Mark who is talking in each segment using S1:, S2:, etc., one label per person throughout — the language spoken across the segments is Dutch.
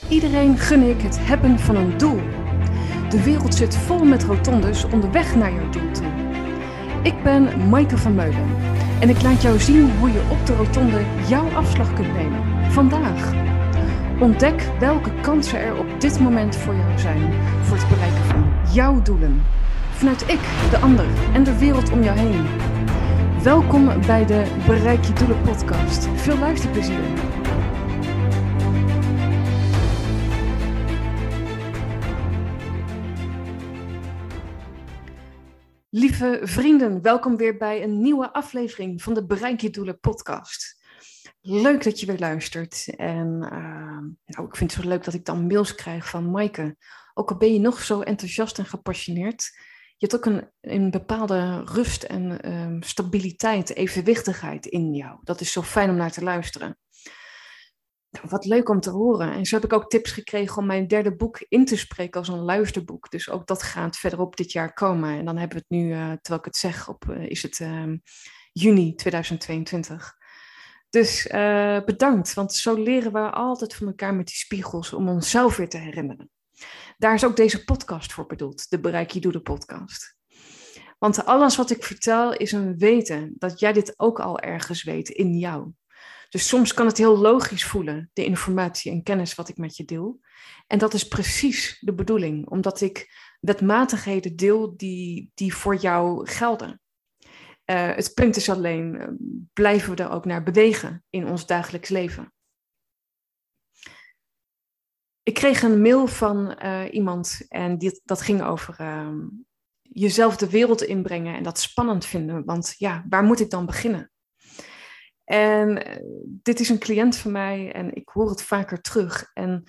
S1: Iedereen gun ik het hebben van een doel. De wereld zit vol met rotondes onderweg naar jouw doel toe. Ik ben Maaike van Meulen en ik laat jou zien hoe je op de rotonde jouw afslag kunt nemen. Vandaag. Ontdek welke kansen er op dit moment voor jou zijn voor het bereiken van jouw doelen. Vanuit ik, de ander en de wereld om jou heen. Welkom bij de Bereik je Doelen podcast. Veel luisterplezier. Lieve vrienden, welkom weer bij een nieuwe aflevering van de Bereik je Doelen podcast. Leuk dat je weer luistert. En ik vind het zo leuk dat ik dan mails krijg van Maaike. Ook al ben je nog zo enthousiast en gepassioneerd, je hebt ook een bepaalde rust en stabiliteit, evenwichtigheid in jou. Dat is zo fijn om naar te luisteren. Nou, wat leuk om te horen. En zo heb ik ook tips gekregen om mijn derde boek in te spreken als een luisterboek. Dus ook dat gaat verderop dit jaar komen. En dan hebben we het nu, terwijl ik het zeg, is het juni 2022. Dus bedankt, want zo leren we altijd van elkaar met die spiegels om onszelf weer te herinneren. Daar is ook deze podcast voor bedoeld, de Bereik je Doelen podcast. Want alles wat ik vertel is een weten, dat jij dit ook al ergens weet in jou. Dus soms kan het heel logisch voelen, de informatie en kennis wat ik met je deel. En dat is precies de bedoeling, omdat ik wetmatigheden deel die voor jou gelden. Het punt is alleen, blijven we er ook naar bewegen in ons dagelijks leven? Ik kreeg een mail van iemand en dat ging over jezelf de wereld inbrengen en dat spannend vinden. Want ja, waar moet ik dan beginnen? En dit is een cliënt van mij en ik hoor het vaker terug. En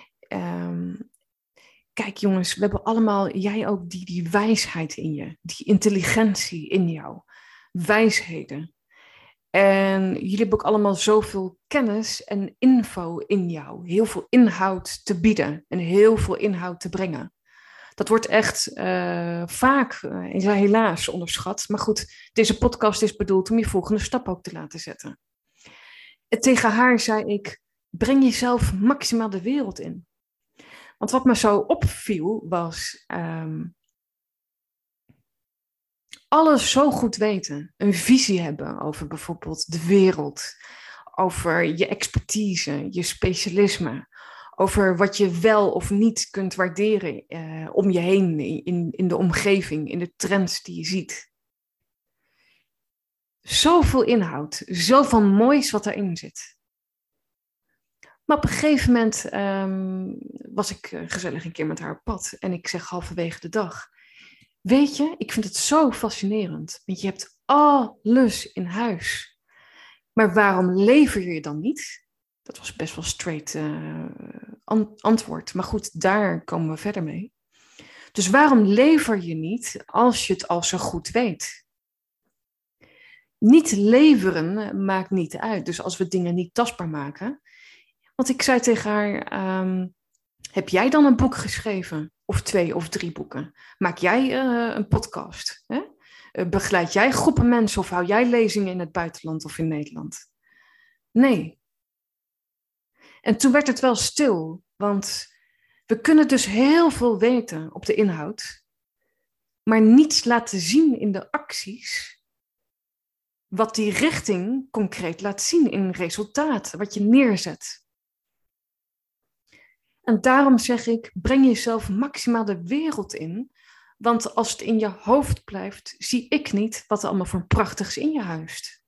S1: kijk jongens, we hebben allemaal, jij ook, die wijsheid in je. Die intelligentie in jou. Wijsheden. En jullie hebben ook allemaal zoveel kennis en info in jou. Heel veel inhoud te bieden en heel veel inhoud te brengen. Dat wordt echt vaak, helaas, onderschat. Maar goed, deze podcast is bedoeld om je volgende stap ook te laten zetten. En tegen haar zei ik, breng jezelf maximaal de wereld in. Want wat me zo opviel was alles zo goed weten. Een visie hebben over bijvoorbeeld de wereld. Over je expertise, je specialisme. Over wat je wel of niet kunt waarderen om je heen, in de omgeving, in de trends die je ziet. Zoveel inhoud, zoveel moois wat erin zit. Maar op een gegeven moment was ik gezellig een keer met haar op pad en ik zeg halverwege de dag, weet je, ik vind het zo fascinerend, want je hebt alles in huis. Maar waarom lever je dan niet? Dat was best wel straight antwoord. Maar goed, daar komen we verder mee. Dus waarom lever je niet als je het al zo goed weet? Niet leveren maakt niet uit. Dus als we dingen niet tastbaar maken. Want ik zei tegen haar, heb jij dan een boek geschreven? Of 2 of 3 boeken? Maak jij een podcast? Hè? Begeleid jij groepen mensen of hou jij lezingen in het buitenland of in Nederland? Nee. En toen werd het wel stil, want we kunnen dus heel veel weten op de inhoud, maar niets laten zien in de acties, wat die richting concreet laat zien in resultaat, wat je neerzet. En daarom zeg ik, breng jezelf maximaal de wereld in, want als het in je hoofd blijft, zie ik niet wat er allemaal voor prachtigs in je huist.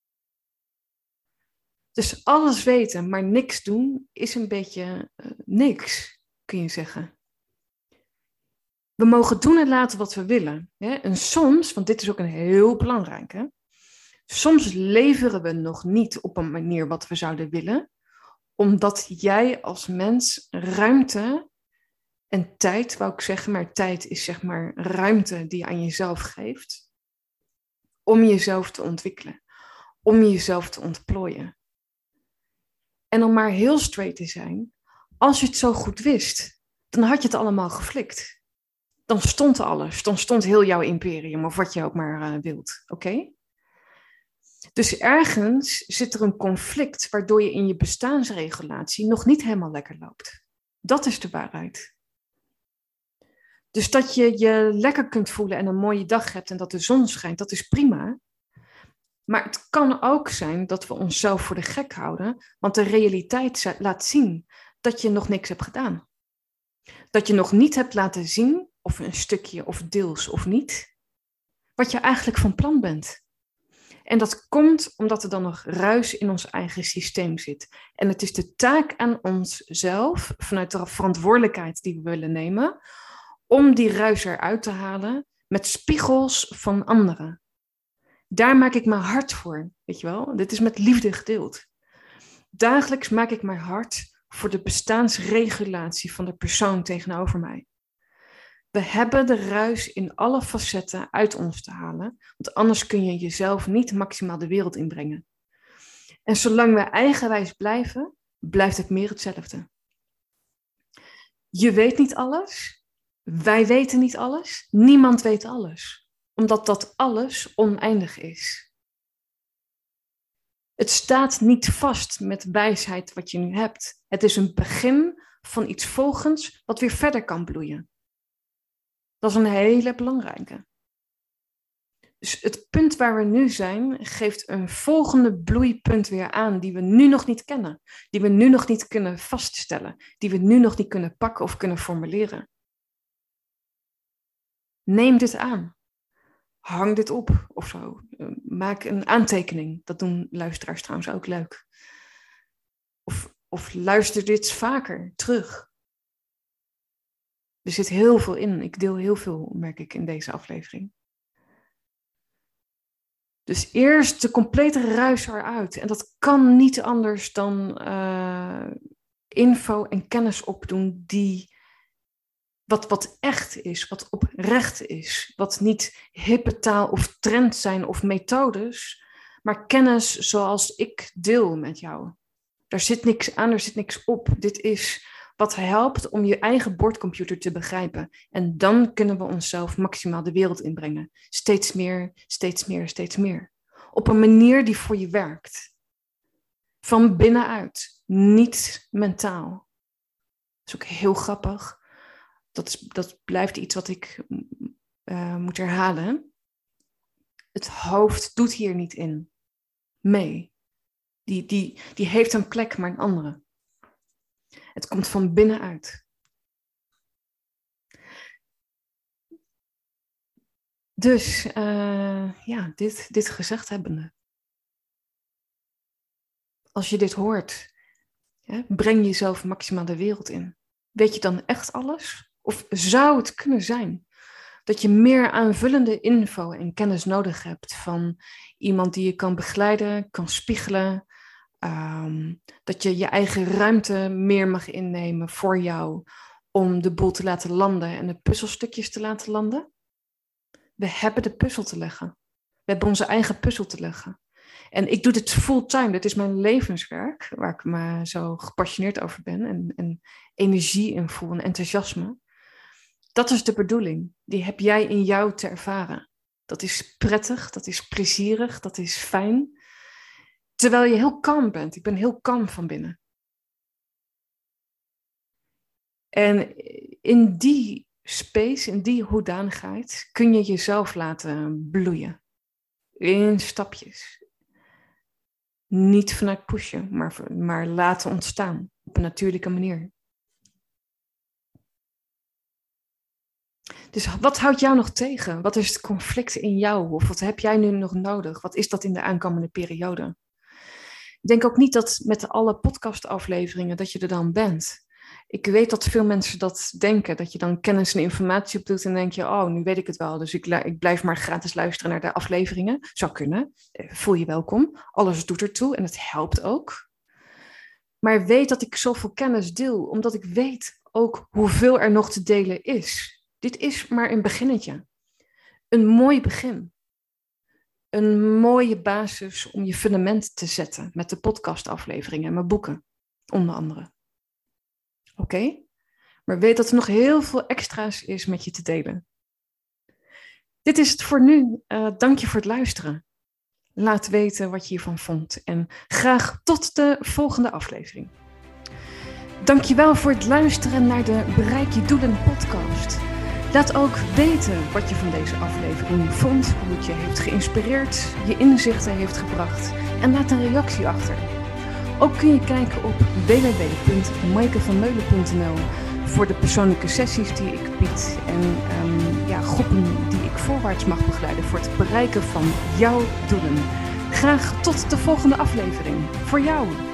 S1: Dus alles weten, maar niks doen, is een beetje niks, kun je zeggen. We mogen doen en laten wat we willen. Hè? En soms, want dit is ook een heel belangrijke, soms leveren we nog niet op een manier wat we zouden willen, omdat jij als mens ruimte en tijd, wou ik zeggen, maar tijd is zeg maar ruimte die je aan jezelf geeft, om jezelf te ontwikkelen, om jezelf te ontplooien. En om maar heel straight te zijn, als je het zo goed wist, dan had je het allemaal geflikt. Dan stond alles, dan stond heel jouw imperium, of wat je ook maar wilt, oké? Dus ergens zit er een conflict, waardoor je in je bestaansregulatie nog niet helemaal lekker loopt. Dat is de waarheid. Dus dat je je lekker kunt voelen en een mooie dag hebt en dat de zon schijnt, dat is prima. Maar het kan ook zijn dat we onszelf voor de gek houden, want de realiteit laat zien dat je nog niks hebt gedaan. Dat je nog niet hebt laten zien, of een stukje of deels of niet, wat je eigenlijk van plan bent. En dat komt omdat er dan nog ruis in ons eigen systeem zit. En het is de taak aan onszelf, vanuit de verantwoordelijkheid die we willen nemen, om die ruis eruit te halen met spiegels van anderen. Daar maak ik me hard voor, weet je wel. Dit is met liefde gedeeld. Dagelijks maak ik me hard voor de bestaansregulatie van de persoon tegenover mij. We hebben de ruis in alle facetten uit ons te halen, want anders kun je jezelf niet maximaal de wereld inbrengen. En zolang we eigenwijs blijven, blijft het meer hetzelfde. Je weet niet alles, wij weten niet alles, niemand weet alles, omdat dat alles oneindig is. Het staat niet vast met wijsheid wat je nu hebt. Het is een begin van iets volgens wat weer verder kan bloeien. Dat is een hele belangrijke. Dus het punt waar we nu zijn, geeft een volgende bloeipunt weer aan, die we nu nog niet kennen. Die we nu nog niet kunnen vaststellen. Die we nu nog niet kunnen pakken of kunnen formuleren. Neem dit aan. Hang dit op of zo. Maak een aantekening. Dat doen luisteraars trouwens ook leuk. Of luister dit vaker terug. Er zit heel veel in. Ik deel heel veel, merk ik, in deze aflevering. Dus eerst de complete ruis eruit. En dat kan niet anders dan info en kennis opdoen die wat echt is, wat oprecht is. Wat niet hippe taal of trend zijn of methodes, maar kennis zoals ik deel met jou. Daar zit niks aan, er zit niks op. Dit is wat helpt om je eigen bordcomputer te begrijpen. En dan kunnen we onszelf maximaal de wereld inbrengen. Steeds meer, steeds meer, steeds meer. Op een manier die voor je werkt. Van binnenuit, niet mentaal. Dat is ook heel grappig. Dat blijft iets wat ik moet herhalen. Het hoofd doet hier niet in mee. Die heeft een plek, maar een andere. Het komt van binnenuit. Dus dit gezegd hebbende. Als je dit hoort, breng jezelf maximaal de wereld in. Weet je dan echt alles? Of zou het kunnen zijn dat je meer aanvullende info en kennis nodig hebt van iemand die je kan begeleiden, kan spiegelen, dat je je eigen ruimte meer mag innemen voor jou om de boel te laten landen en de puzzelstukjes te laten landen? We hebben de puzzel te leggen. We hebben onze eigen puzzel te leggen. En ik doe dit fulltime. Dit is mijn levenswerk, waar ik me zo gepassioneerd over ben en energie in voel en enthousiasme. Dat is de bedoeling. Die heb jij in jou te ervaren. Dat is prettig, dat is plezierig, dat is fijn. Terwijl je heel kalm bent. Ik ben heel kalm van binnen. En in die space, in die hoedanigheid, kun je jezelf laten bloeien. In stapjes. Niet vanuit pushen, maar laten ontstaan. Op een natuurlijke manier. Dus wat houdt jou nog tegen? Wat is het conflict in jou? Of wat heb jij nu nog nodig? Wat is dat in de aankomende periode? Ik denk ook niet dat met alle podcastafleveringen dat je er dan bent. Ik weet dat veel mensen dat denken. Dat je dan kennis en informatie opdoet en denk je, oh, nu weet ik het wel. Dus ik blijf maar gratis luisteren naar de afleveringen. Zou kunnen. Voel je welkom. Alles doet ertoe en het helpt ook. Maar weet dat ik zoveel kennis deel. Omdat ik weet ook hoeveel er nog te delen is. Dit is maar een beginnetje. Een mooi begin. Een mooie basis om je fundament te zetten met de podcastafleveringen en mijn boeken, onder andere. Oké? Maar weet dat er nog heel veel extra's is met je te delen. Dit is het voor nu. Dank je voor het luisteren. Laat weten wat je hiervan vond. En graag tot de volgende aflevering. Dankjewel voor het luisteren naar de Bereik je Doelen podcast. Laat ook weten wat je van deze aflevering vond, hoe het je heeft geïnspireerd, je inzichten heeft gebracht en laat een reactie achter. Ook kun je kijken op www.maikevanmeulen.nl voor de persoonlijke sessies die ik bied en groepen die ik voorwaarts mag begeleiden voor het bereiken van jouw doelen. Graag tot de volgende aflevering. Voor jou.